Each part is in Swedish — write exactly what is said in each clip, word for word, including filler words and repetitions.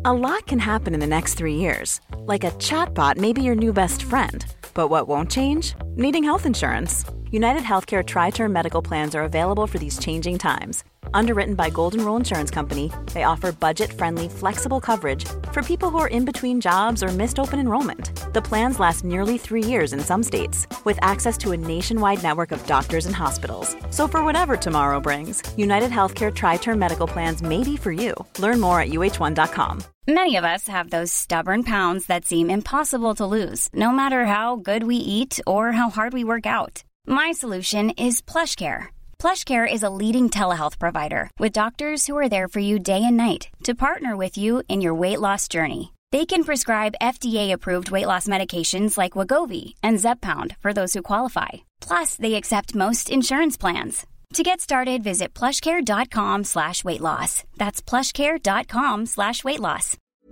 A lot can happen in the next three years. Like a chatbot may be your new best friend. But what won't change? Needing health insurance. United Healthcare Tri-Term Medical Plans are available for these changing times. Underwritten by Golden Rule Insurance Company, they offer budget-friendly, flexible coverage for people who are in between jobs or missed open enrollment. The plans last nearly three years in some states, with access to a nationwide network of doctors and hospitals. So for whatever tomorrow brings, United Healthcare Tri-Term Medical Plans may be for you. Learn more at U H one dot com. Many of us have those stubborn pounds that seem impossible to lose, no matter how good we eat or how hard we work out. My solution is PlushCare. PlushCare is a leading telehealth provider with doctors who are there for you day and night to partner with you in your weight loss journey. They can prescribe F D A-approved weight loss medications like Wegovy and Zepbound for those who qualify. Plus, they accept most insurance plans. To get started, visit plushcare.com slash weight loss. That's plushcare.com slash weight loss.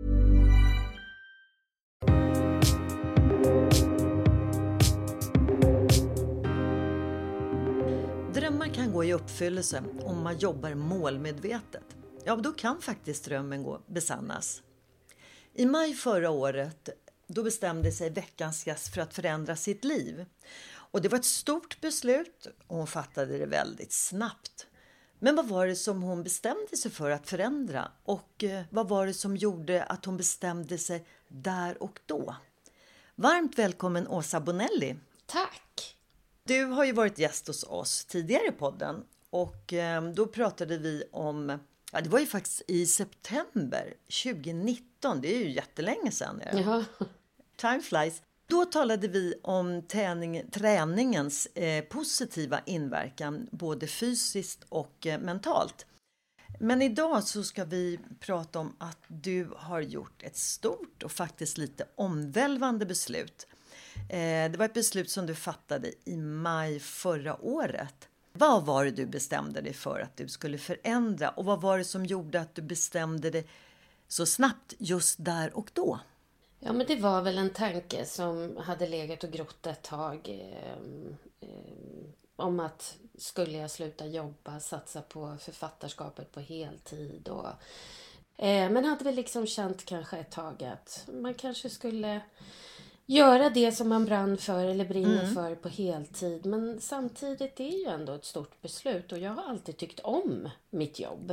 Drömmar kan gå i uppfyllelse om man jobbar målmedvetet. Ja, då kan faktiskt drömmen gå besannas. I maj förra året då bestämde sig veckans gäst för att förändra sitt liv. Och det var ett stort beslut och hon fattade det väldigt snabbt. Men vad var det som hon bestämde sig för att förändra? Och vad var det som gjorde att hon bestämde sig där och då? Varmt välkommen Åsa Bonelli. Tack! Du har ju varit gäst hos oss tidigare i podden. Och då pratade vi om, ja det var ju faktiskt i september tjugonitton. Det är ju jättelänge sedan. Ja. Time flies. Då talade vi om träning, träningens eh, positiva inverkan både fysiskt och eh, mentalt. Men idag så ska vi prata om att du har gjort ett stort och faktiskt lite omvälvande beslut. Eh, det var ett beslut som du fattade i maj förra året. Vad var det du bestämde dig för att du skulle förändra och vad var det som gjorde att du bestämde dig så snabbt just där och då? Ja, men det var väl en tanke som hade legat och grott ett tag eh, eh, om att skulle jag sluta jobba, satsa på författarskapet på heltid. Och, eh, men hade väl liksom känt kanske ett tag att man kanske skulle göra det som man brann för eller brinner mm. för på heltid. Men samtidigt är det ju ändå ett stort beslut och jag har alltid tyckt om mitt jobb.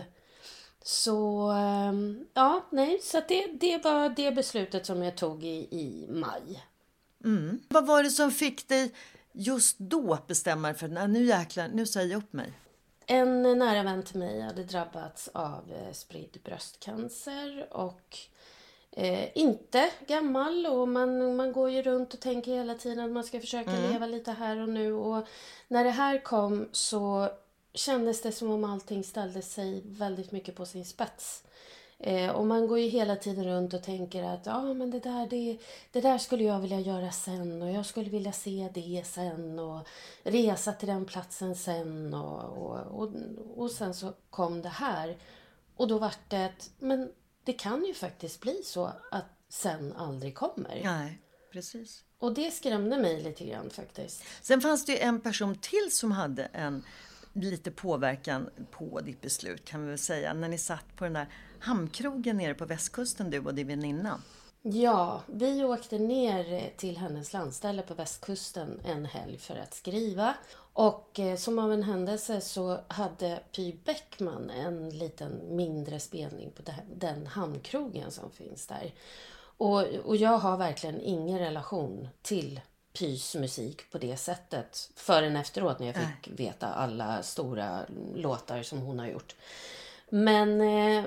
Så ja, nej, så att det, det var det beslutet som jag tog i, i maj. Mm. Vad var det som fick dig just då att bestämma för att nu jäklar, nu säger jag upp mig? En nära vän till mig hade drabbats av eh, spridd bröstcancer och eh, inte gammal. Och man, man går ju runt och tänker hela tiden att man ska försöka mm. leva lite här och nu. Och när det här kom så kändes det som om allting ställde sig väldigt mycket på sin spets. Eh, och man går ju hela tiden runt och tänker att ja, men det där, det, det där skulle jag vilja göra sen. Och jag skulle vilja se det sen. Och resa till den platsen sen. Och, och, och, och sen så kom det här. Och då var det ett, men det kan ju faktiskt bli så att sen aldrig kommer. Nej, precis. Och det skrämde mig lite grann faktiskt. Sen fanns det ju en person till som hade en lite påverkan på ditt beslut kan vi väl säga. När ni satt på den där hamnkrogen nere på västkusten du och din väninna. Ja, vi åkte ner till hennes landställe på västkusten en helg för att skriva. Och eh, som av en händelse så hade Py Bäckman en liten mindre spelning på det, den hamnkrogen som finns där. Och, och jag har verkligen ingen relation till Pys musik på det sättet förrän efteråt när jag fick äh. veta alla stora låtar som hon har gjort. Men eh,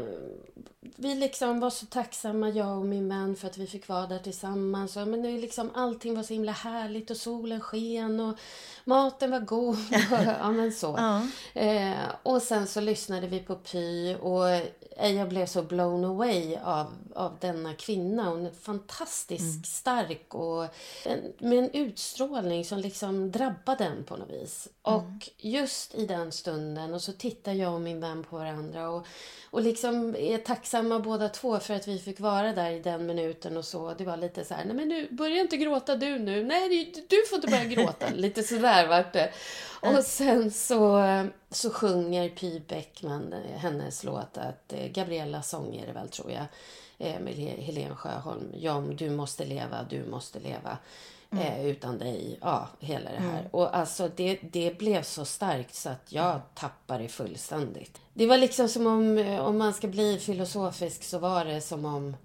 vi liksom var så tacksamma, jag och min vän, för att vi fick vara där tillsammans. Och, men det liksom, allting var så himla härligt och solen sken och maten var god. ja, men så. Ja. Eh, och sen så lyssnade vi på Py och jag blev så blown away av, av denna kvinna. Hon är fantastiskt mm. stark och en, med en utstrålning som liksom drabbade den på något vis. Mm. Och just i den stunden, och så tittar jag och min vän på varandra och, och liksom är tacksamma båda två för att vi fick vara där i den minuten och så. Det var lite så här, nej men nu, börja inte gråta du nu. Nej, du får inte börja gråta. Lite sådär vart det. Och sen så, så sjunger Py Bäckman hennes låt, att Gabriella sång är det väl tror jag. med Helen Sjöholm. Ja, du måste leva, du måste leva. Mm. Eh, utan dig, ja, hela det här. Mm. Och alltså det, det blev så starkt så att jag tappade det fullständigt. Det var liksom som om, om man ska bli filosofisk, så var det som om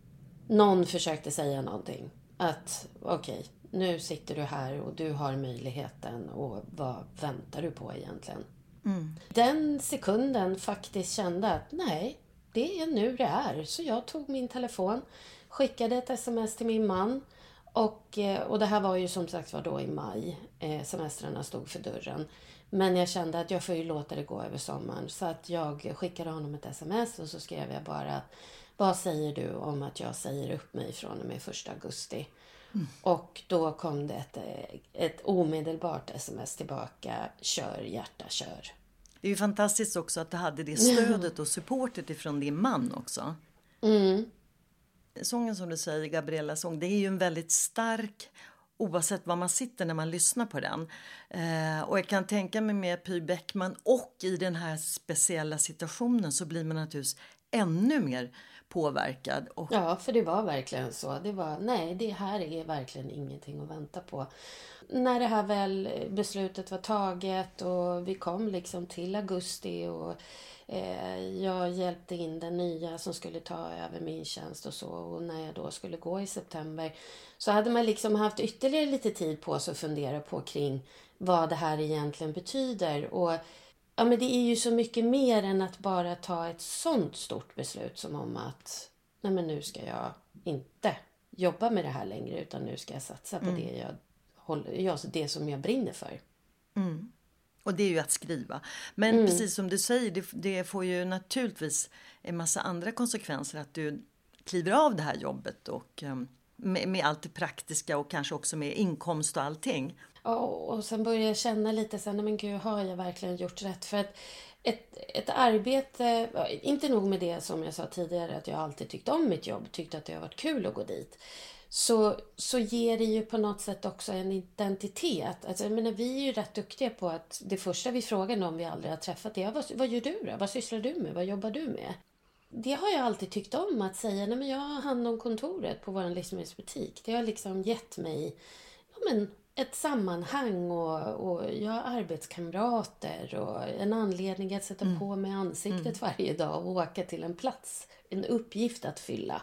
någon försökte säga någonting. Att okej, okay, nu sitter du här och du har möjligheten, och vad väntar du på egentligen? Mm. Den sekunden faktiskt kände att nej, det är nu det är. Så jag tog min telefon, skickade ett sms till min man. Och, och det här var ju som sagt var då i maj. Eh, semestrarna stod för dörren. Men jag kände att jag får ju låta det gå över sommaren. Så att jag skickade honom ett sms och så skrev jag bara: vad säger du om att jag säger upp mig från och med första augusti? Mm. Och då kom det ett, ett omedelbart sms tillbaka: kör hjärta, kör. Det är ju fantastiskt också att du hade det stödet och supportet ifrån din man också. Mm. Sången som du säger, Gabriellas sång, det är ju en väldigt stark, oavsett var man sitter när man lyssnar på den. Eh, och jag kan tänka mig med Py Bäckman, och i den här speciella situationen så blir man naturligtvis ännu mer påverkad. Och... Ja, för det var verkligen så. Det var, nej, det här är verkligen ingenting att vänta på. När det här väl beslutet var taget och vi kom liksom till augusti och eh, jag hjälpte in den nya som skulle ta över min tjänst och så, och när jag då skulle gå i september så hade man liksom haft ytterligare lite tid på sig att fundera på kring vad det här egentligen betyder. Och ja, men det är ju så mycket mer än att bara ta ett sånt stort beslut som om att nej, men nu ska jag inte jobba med det här längre, utan nu ska jag satsa på mm. det, jag håller, det som jag brinner för. Mm. Och det är ju att skriva. Men mm. precis som du säger, det, det får ju naturligtvis en massa andra konsekvenser att du kliver av det här jobbet och um, med, med allt det praktiska och kanske också med inkomst och allting. Ja, och sen börjar jag känna lite så här, men gud, har jag verkligen gjort rätt? För att ett, ett arbete, inte nog med det som jag sa tidigare, att jag alltid tyckt om mitt jobb, tyckte att det har varit kul att gå dit. Så, så ger det ju på något sätt också en identitet. Alltså, jag menar, vi är ju rätt duktiga på att det första vi frågar någon vi aldrig har träffat är: vad, vad gör du då? Vad sysslar du med? Vad jobbar du med? Det har jag alltid tyckt om, att säga: nej, men jag har hand om kontoret på vår livsmedelsbutik. Det har liksom gett mig ja, men, ett sammanhang och, och jag har arbetskamrater och en anledning att sätta mm. på mig ansiktet mm. varje dag och åka till en plats, en uppgift att fylla.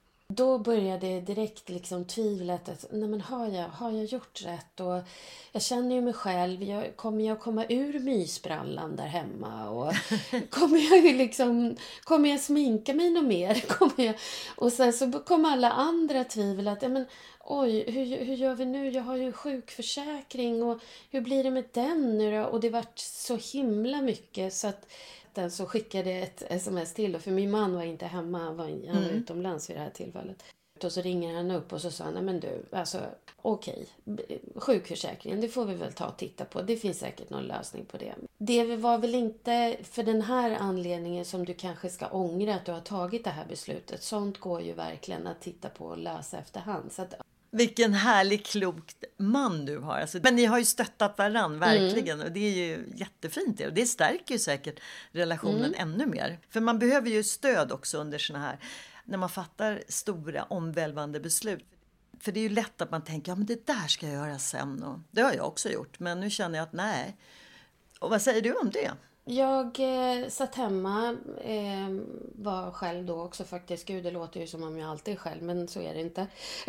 Då började direkt liksom tvivlet att nej, men har jag har jag gjort rätt? Och jag känner ju mig själv, jag kommer jag komma ur mysbrallan där hemma, och kommer jag ju liksom kommer jag sminka mig något mer? Kommer jag, och sen så kom alla andra tvivel att ja, men oj, hur, hur gör vi nu? Jag har ju sjukförsäkring, och hur blir det med den nu då? Och det vart så himla mycket så att den så skickade ett sms till, för min man var inte hemma, han var, han var mm. utomlands vid det här tillfället. Och så ringer han upp och så sa han: nej men du, alltså okej, okay, sjukförsäkringen, det får vi väl ta och titta på. Det finns säkert någon lösning på det. Det var väl inte för den här anledningen som du kanske ska ångra att du har tagit det här beslutet. Sånt går ju verkligen att titta på och lösa efterhand. Så att... Vilken härlig, klok man du har. Alltså, men ni har ju stöttat varann, verkligen. Mm. Och det är ju jättefint det. Och det stärker ju säkert relationen mm. ännu mer. För man behöver ju stöd också under såna här, när man fattar stora omvälvande beslut. För det är ju lätt att man tänker, ja men det där ska jag göra sen. Och det har jag också gjort. Men nu känner jag att nej. Och vad säger du om det? Jag eh, satt hemma, eh, var själv då också faktiskt. Gud, det låter ju som om jag alltid är själv, men så är det inte.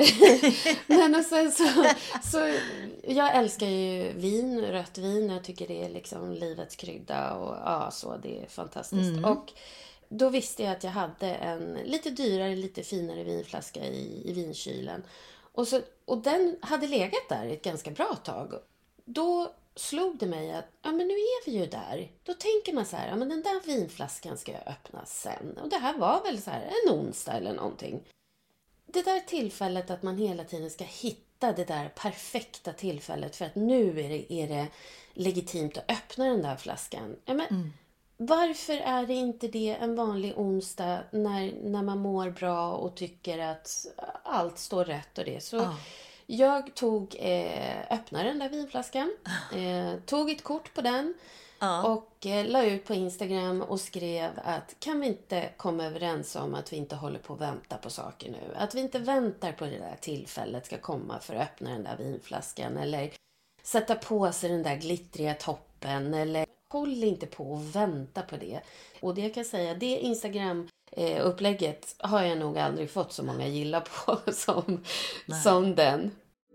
men och sen så, så, jag älskar ju vin, rött vin. Jag tycker det är liksom livets krydda och ja, så det är fantastiskt. Mm. Och då visste jag att jag hade en lite dyrare, lite finare vinflaska i, i vinkylen. Och, så, och den hade legat där ett ganska bra tag. Då slog det mig att ja, men nu är vi ju där. Då tänker man så här, ja, men den där vinflaskan ska jag öppna sen. Och det här var väl så här en onsdag eller någonting. Det där tillfället att man hela tiden ska hitta det där perfekta tillfället för att nu är det, är det legitimt att öppna den där flaskan. Ja, men mm. varför är det inte det en vanlig onsdag när, när man mår bra och tycker att allt står rätt och det? Så oh. jag tog, eh, öppnade den där vinflaskan, eh, tog ett kort på den, Ja. Och eh, la ut på Instagram och skrev att kan vi inte komma överens om att vi inte håller på att vänta på saker nu. Att vi inte väntar på det där tillfället ska komma för att öppna den där vinflaskan. Eller sätta på sig den där glittriga toppen. Eller håll inte på och vänta på det. Och det jag kan säga, det Instagram-upplägget har jag nog aldrig fått så många gilla på som, som den.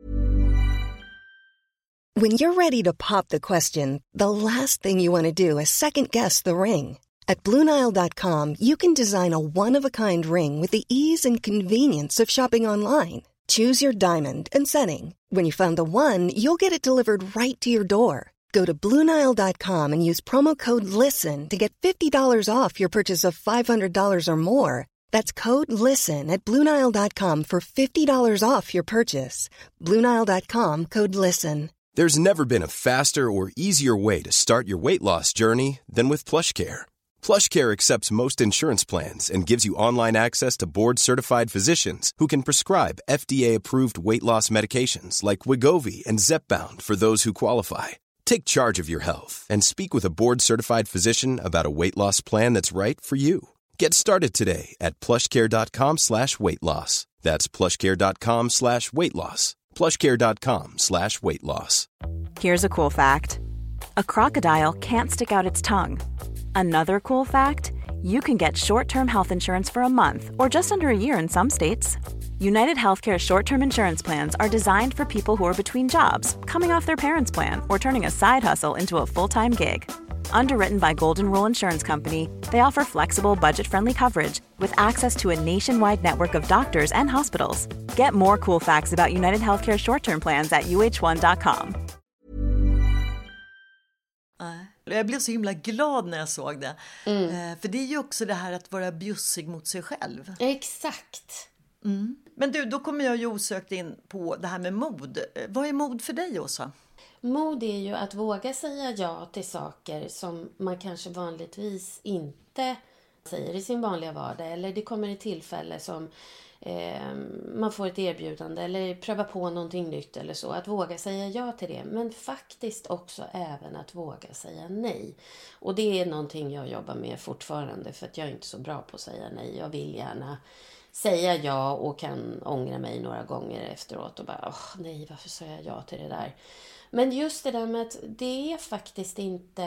When you're ready to pop the question, the last thing you want to do is second-guess the ring. At Blue Nile dot com, you can design a one-of-a-kind ring with the ease and convenience of shopping online. Choose your diamond and setting. When you find the one, you'll get it delivered right to your door. Go to Blue Nile dot com and use promo code LISTEN to get fifty dollars off your purchase of five hundred dollars or more. That's code LISTEN at Blue Nile dot com for fifty dollars off your purchase. Blue Nile dot com, code LISTEN. There's never been a faster or easier way to start your weight loss journey than with PlushCare. PlushCare accepts most insurance plans and gives you online access to board-certified physicians who can prescribe F D A-approved weight loss medications like Wegovy and Zepbound for those who qualify. Take charge of your health and speak with a board-certified physician about a weight loss plan that's right for you. Get started today at plushcare.com slash weight loss. That's plushcare.com slash weight loss. plushcare.com slash weight loss. Here's a cool fact. A crocodile can't stick out its tongue. Another cool fact, you can get short-term health insurance for a month or just under a year in some states. United Healthcare short-term insurance plans are designed for people who are between jobs, coming off their parents' plan, or turning a side hustle into a full-time gig. Underwritten by Golden Rule Insurance Company, they offer flexible, budget-friendly coverage with access to a nationwide network of doctors and hospitals. Get more cool facts about United Healthcare short-term plans at u h one dot com. Jag blev så himla glad när jag såg det. Mm. För det är ju också det här att vara bjussig mot sig själv. Exakt. Mm. Men du, då kommer jag ju osökt in på det här med mod. Vad är mod för dig, Åsa? Mod är ju att våga säga ja till saker som man kanske vanligtvis inte säger i sin vanliga vardag. Eller det kommer ett tillfälle som eh, man får ett erbjudande eller pröva på någonting nytt eller så. Att våga säga ja till det. Men faktiskt också även att våga säga nej. Och det är någonting jag jobbar med fortfarande för att jag är inte så bra på att säga nej. Jag vill gärna säga ja och kan ångra mig några gånger efteråt och bara åh nej, varför sa jag ja till det där? Men just det där med att det är faktiskt inte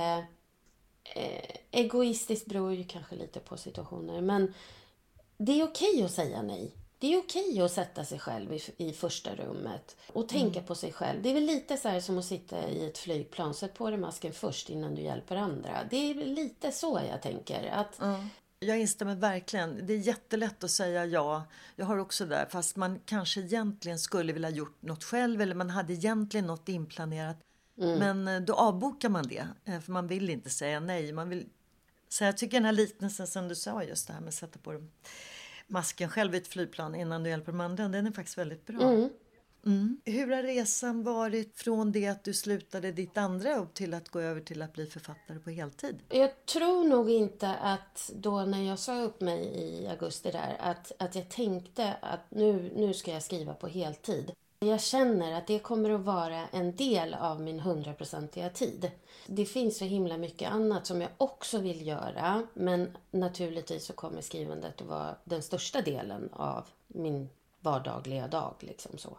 eh, egoistiskt, beror ju kanske lite på situationer, men det är okej att säga nej. Det är okej att sätta sig själv i, i första rummet och tänka mm. på sig själv. Det är väl lite så här som att sitta i ett flygplan, sätt på dig masken först innan du hjälper andra. Det är lite så jag tänker att mm. Jag instämmer verkligen. Det är jättelätt att säga ja. Jag har också där, fast man kanske egentligen skulle vilja gjort något själv eller man hade egentligen något inplanerat. Mm. Men då avbokar man det, för man vill inte säga nej. Man vill... Så jag tycker den här liknelsen som du sa, just det här med att sätta på masken själv i ett flygplan innan du hjälper de andra, den är faktiskt väldigt bra. Mm. Mm. Hur har resan varit från det att du slutade ditt andra jobb till att gå över till att bli författare på heltid? Jag tror nog inte att då när jag sa upp mig i augusti där att, att jag tänkte att nu, nu ska jag skriva på heltid. Jag känner att det kommer att vara en del av min hundraprocentiga tid. Det finns så himla mycket annat som jag också vill göra, men naturligtvis så kommer skrivandet att vara den största delen av min vardagliga dag liksom så.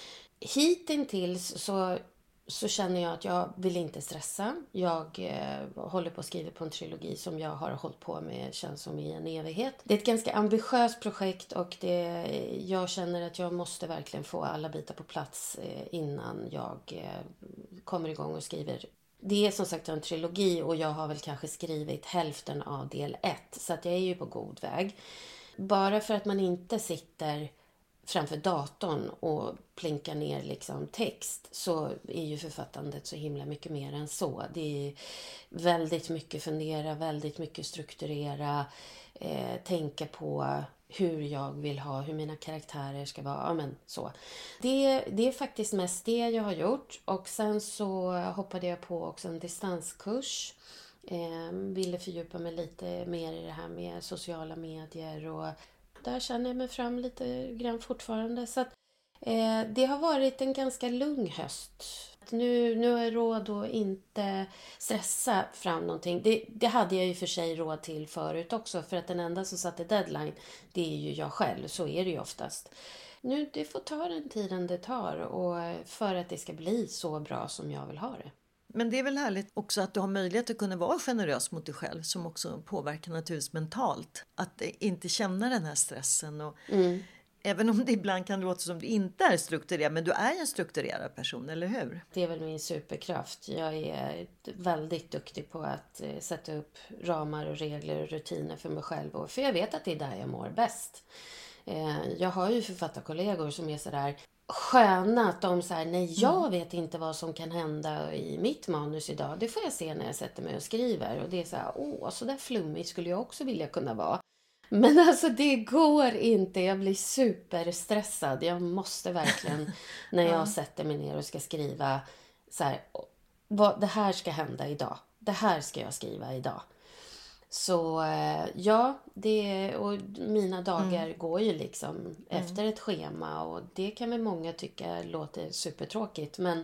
Hittills så, så känner jag att jag vill inte stressa. Jag eh, håller på att skriva på en trilogi som jag har hållit på med, känns som i en evighet. Det är ett ganska ambitiöst projekt och det, jag känner att jag måste verkligen få alla bitar på plats eh, innan jag eh, kommer igång och skriver. Det är som sagt en trilogi och jag har väl kanske skrivit hälften av del ett, så att jag är ju på god väg. Bara för att man inte sitter framför datorn och plinkar ner liksom text, så är ju författandet så himla mycket mer än så. Det är väldigt mycket fundera, väldigt mycket strukturera, eh, tänka på hur jag vill ha, hur mina karaktärer ska vara, ja, men så. Det, det är faktiskt mest det jag har gjort, och sen så hoppade jag på också en distanskurs. Eh, ville fördjupa mig lite mer i det här med sociala medier, och där känner jag mig fram lite grann fortfarande. Så att, eh, det har varit en ganska lugn höst. att nu, nu har jag råd att inte stressa fram någonting. Det, det hade jag ju för sig råd till förut också. För att den enda som satte deadline, det är ju jag själv. Så är det ju oftast. Nu, det får ta den tiden det tar. Och för att det ska bli så bra som jag vill ha det. Men det är väl härligt också att du har möjlighet att kunna vara generös mot dig själv, som också påverkar naturligtvis mentalt. Att inte känna den här stressen. Och Mm. Även om det ibland kan låta som du inte är strukturerad, men du är en strukturerad person, eller hur? Det är väl min superkraft. Jag är väldigt duktig på att sätta upp ramar och regler och rutiner för mig själv. Och för jag vet att det är där jag mår bäst. Jag har ju författarkollegor som är sådär sköna, att de säger nej, jag vet inte vad som kan hända i mitt manus idag. Det får jag se när jag sätter mig och skriver. Och det är så här, åh, så där flummigt skulle jag också vilja kunna vara. Men alltså det går inte. Jag blir superstressad. Jag måste verkligen, när jag sätter mig ner och ska skriva så här, vad, det här ska hända idag. Det här ska jag skriva idag. Så ja, det, och mina dagar mm. går ju liksom mm. efter ett schema. Och det kan väl många tycka låter supertråkigt. Men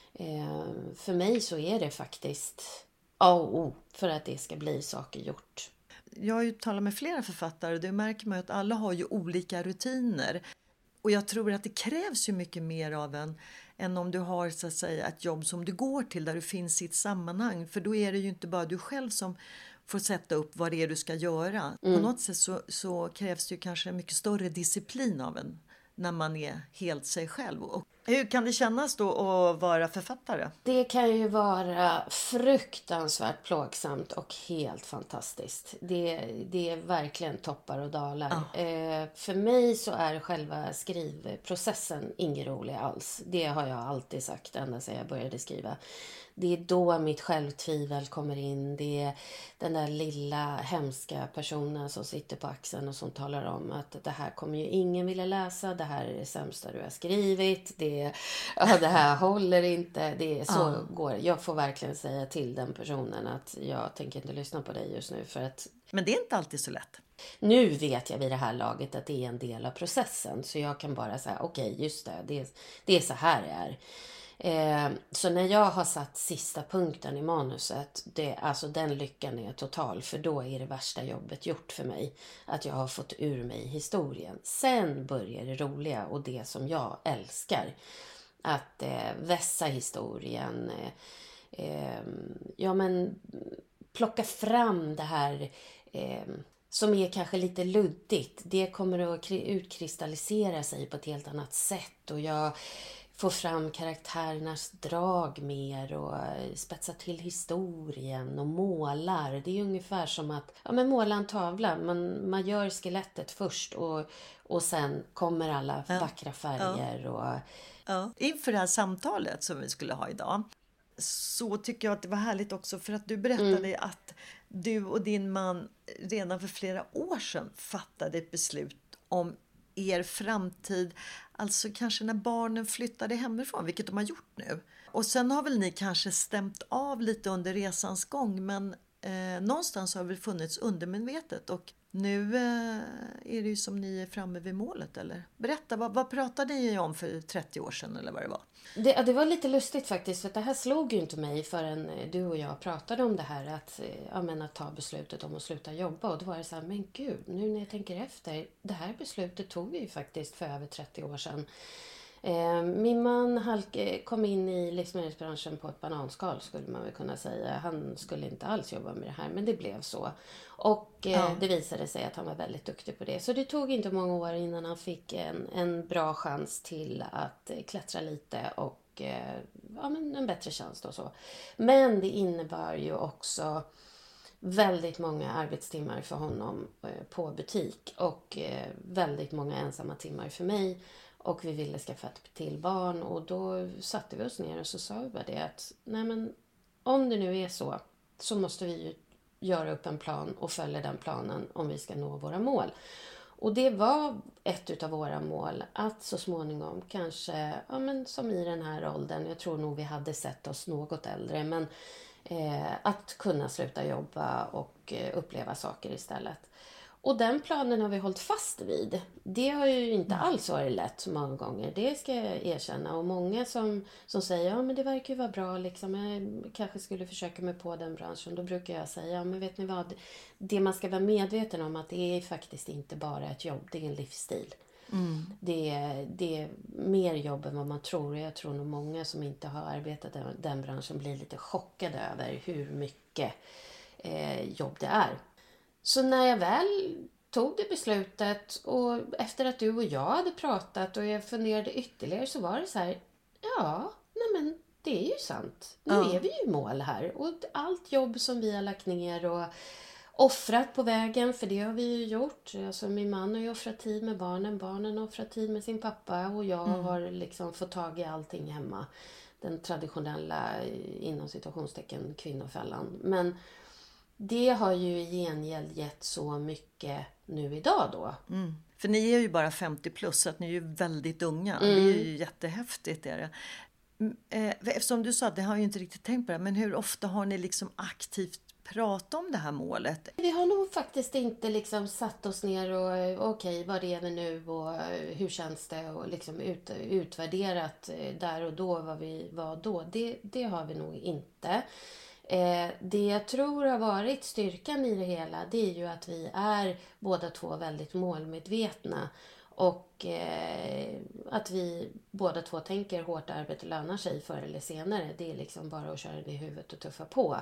eh, för mig så är det faktiskt A och O för att det ska bli saker gjort. Jag har ju talat med flera författare och det märker man att alla har ju olika rutiner. Och jag tror att det krävs ju mycket mer av en än om du har så att säga ett jobb som du går till där du finns i ett sammanhang. För då är det ju inte bara du själv som får sätta upp vad det är du ska göra. Mm. På något sätt så, så krävs det ju kanske mycket större disciplin av en när man är helt sig själv. Och hur kan det kännas då att vara författare? Det kan ju vara fruktansvärt plågsamt och helt fantastiskt. Det, det är verkligen toppar och dalar. Ja. Eh, för mig så är själva skrivprocessen ingen rolig alls. Det har jag alltid sagt ända sedan jag började skriva. Det är då mitt självtvivel kommer in. Det är den där lilla hemska personen som sitter på axeln och som talar om att det här kommer ju ingen vilja läsa. Det här är det sämsta du har skrivit. Det, ja, det här håller inte. Det är så ja. går. Jag får verkligen säga till den personen att jag tänker inte lyssna på dig just nu. För att... Men det är inte alltid så lätt. Nu vet jag vid det här laget att det är en del av processen. Så jag kan bara säga okej, okay, just det. Det är, det är så här det är. Eh, så när jag har satt sista punkten i manuset, det, alltså den lyckan är total, för då är det värsta jobbet gjort för mig, att jag har fått ur mig historien. Sen börjar det roliga och det som jag älskar, att eh, vässa historien, eh, eh, ja men plocka fram det här eh, som är kanske lite luddigt. Det kommer att utkristallisera sig på ett helt annat sätt, och jag få fram karaktärernas drag mer och spetsa till historien och målar. Det är ungefär som att ja, men måla en tavla. Man, man gör skelettet först och, och sen kommer alla ja. vackra färger. Ja. Och... Ja. Inför det här samtalet som vi skulle ha idag så tycker jag att det var härligt också, för att du berättade mm. att du och din man redan för flera år sedan fattade ett beslut om er framtid, alltså kanske när barnen flyttade hemifrån, vilket de har gjort nu. Och sen har väl ni kanske stämt av lite under resans gång, men eh, någonstans har det väl funnits undermedvetet, och nu eh, är det ju som ni är framme vid målet, eller? Berätta, vad, vad pratade ni om för trettio år sedan eller vad det var? Det, ja, det var lite lustigt faktiskt, för det här slog ju inte mig förrän du och jag pratade om det här, att, ja, men att ta beslutet om att sluta jobba. Och då var det så här, men gud, nu när jag tänker efter, det här beslutet tog vi ju faktiskt för över trettio år sedan. Eh, min man halk, kom in i livsmedelsbranschen på ett bananskal, skulle man väl kunna säga. Han skulle inte alls jobba med det här, men det blev så. Och eh, ja. det visade sig att han var väldigt duktig på det. Så det tog inte många år innan han fick en, en bra chans till att eh, klättra lite och eh, ja, men en bättre chans då så. Men det innebar ju också väldigt många arbetstimmar för honom eh, på butik och eh, väldigt många ensamma timmar för mig. Och vi ville skaffa ett till barn, och då satte vi oss ner och så sa vi bara det att nej, men om det nu är så, så måste vi ju göra upp en plan och följa den planen om vi ska nå våra mål. Och det var ett av våra mål, att så småningom kanske, ja men som i den här åldern, jag tror nog vi hade sett oss något äldre, men eh, att kunna sluta jobba och eh, uppleva saker istället. Och den planen har vi hållit fast vid. Det har ju inte Mm. alls varit lätt många gånger. Det ska jag erkänna. Och många som, som säger, ja men det verkar ju vara bra. Liksom. Jag kanske skulle försöka mig på den branschen. Då brukar jag säga, ja men vet ni vad. Det man ska vara medveten om att det är faktiskt inte bara ett jobb. Det är en livsstil. Mm. Det, är, det är mer jobb än vad man tror. Jag tror nog många som inte har arbetat i den, den branschen blir lite chockade över hur mycket eh, jobb det är. Så när jag väl tog det beslutet och efter att du och jag hade pratat och jag funderade ytterligare så var det så här, ja, nej men det är ju sant. Nu Ja. är vi ju i mål här och allt jobb som vi har lagt ner och offrat på vägen, för det har vi ju gjort. Alltså min man har ju offrat tid med barnen, barnen har offrat tid med sin pappa och jag mm. har liksom fått tag i allting hemma. Den traditionella, inom citationstecken, kvinnofällan. Men det har ju i gengäld gett så mycket nu idag då. Mm. För ni är ju bara femtio plus, så att ni är ju väldigt unga. Mm. Det är ju jättehäftigt. Är det. Eftersom du sa att det har ju inte riktigt tänkt på det. Men hur ofta har ni liksom aktivt pratat om det här målet? Vi har nog faktiskt inte liksom satt oss ner och okej, okay, vad är det nu och hur känns det? Och liksom ut, utvärderat där och då vad vi var då. Det, det har vi nog inte. Eh, det jag tror har varit styrkan i det hela, det är ju att vi är båda två väldigt målmedvetna och eh, att vi båda två tänker hårt arbete lönar sig förr eller senare. Det är liksom bara att köra det i huvudet och tuffa på.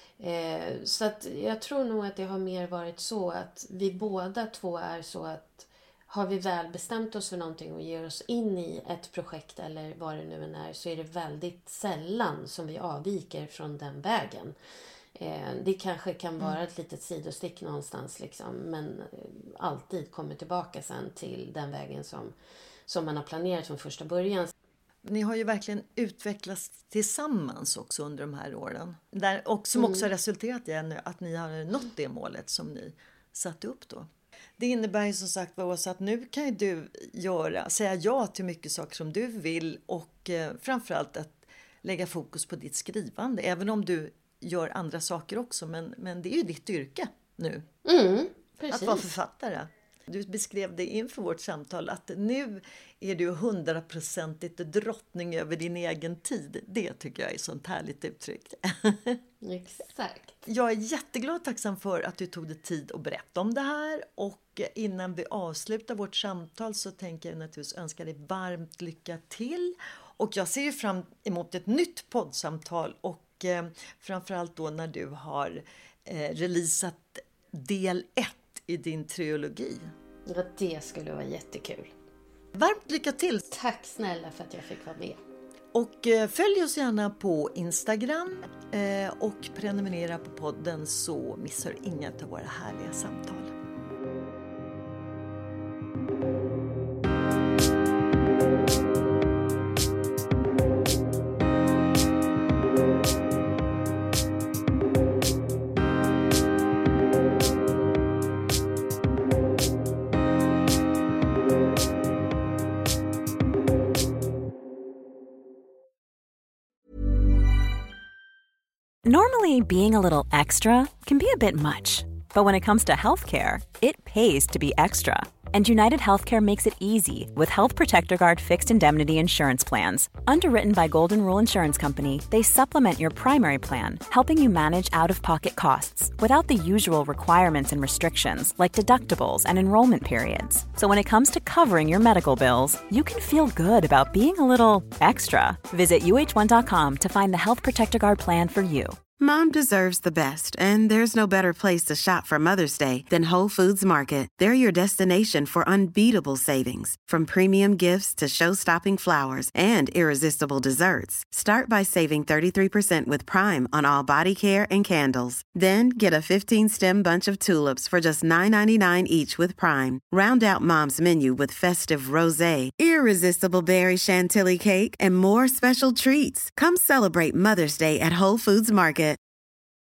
Eh, så att jag tror nog att det har mer varit så att vi båda två är så att har vi väl bestämt oss för någonting och ger oss in i ett projekt eller vad det nu än är, så är det väldigt sällan som vi avviker från den vägen. Eh, det kanske kan vara ett litet sidostick någonstans liksom, men alltid kommer tillbaka sen till den vägen som, som man har planerat från första början. Ni har ju verkligen utvecklats tillsammans också under de här åren. Där, och som också har resulterat i att ni har nått det målet som ni satte upp då. Det innebär ju som sagt också att nu kan ju du göra, säga ja till mycket saker som du vill och eh, framförallt att lägga fokus på ditt skrivande. Även om du gör andra saker också, men, men det är ju ditt yrke nu. Mm, precis. Att vara författare. Du beskrev det inför vårt samtal att nu är du hundraprocentigt drottning över din egen tid. Det tycker jag är sånt härligt uttryck. Exakt. Jag är jätteglad och tacksam för att du tog dig tid att berätta om det här. Och innan vi avslutar vårt samtal så tänker jag naturligtvis önska dig varmt lycka till. Och jag ser ju fram emot ett nytt poddsamtal och eh, framförallt då när du har eh, releasat del ett i din trilogi. Ja, det skulle vara jättekul. Varmt lycka till! Tack snälla för att jag fick vara med. Och eh, följ oss gärna på Instagram eh, och prenumerera på podden så missar du inga av våra härliga samtal. Normally, being a little extra can be a bit much, but when it comes to healthcare, it pays to be extra. And United Healthcare makes it easy with Health Protector Guard fixed indemnity insurance plans. Underwritten by Golden Rule Insurance Company, they supplement your primary plan, helping you manage out-of-pocket costs without the usual requirements and restrictions like deductibles and enrollment periods. So when it comes to covering your medical bills, you can feel good about being a little extra. Visit U H one dot com to find the Health Protector Guard plan for you. Mom deserves the best, and there's no better place to shop for Mother's Day than Whole Foods Market. They're your destination for unbeatable savings, from premium gifts to show-stopping flowers and irresistible desserts. Start by saving thirty-three percent with Prime on all body care and candles. Then get a fifteen-stem bunch of tulips for just nine ninety-nine each with Prime. Round out Mom's menu with festive rosé, irresistible berry chantilly cake, and more special treats. Come celebrate Mother's Day at Whole Foods Market.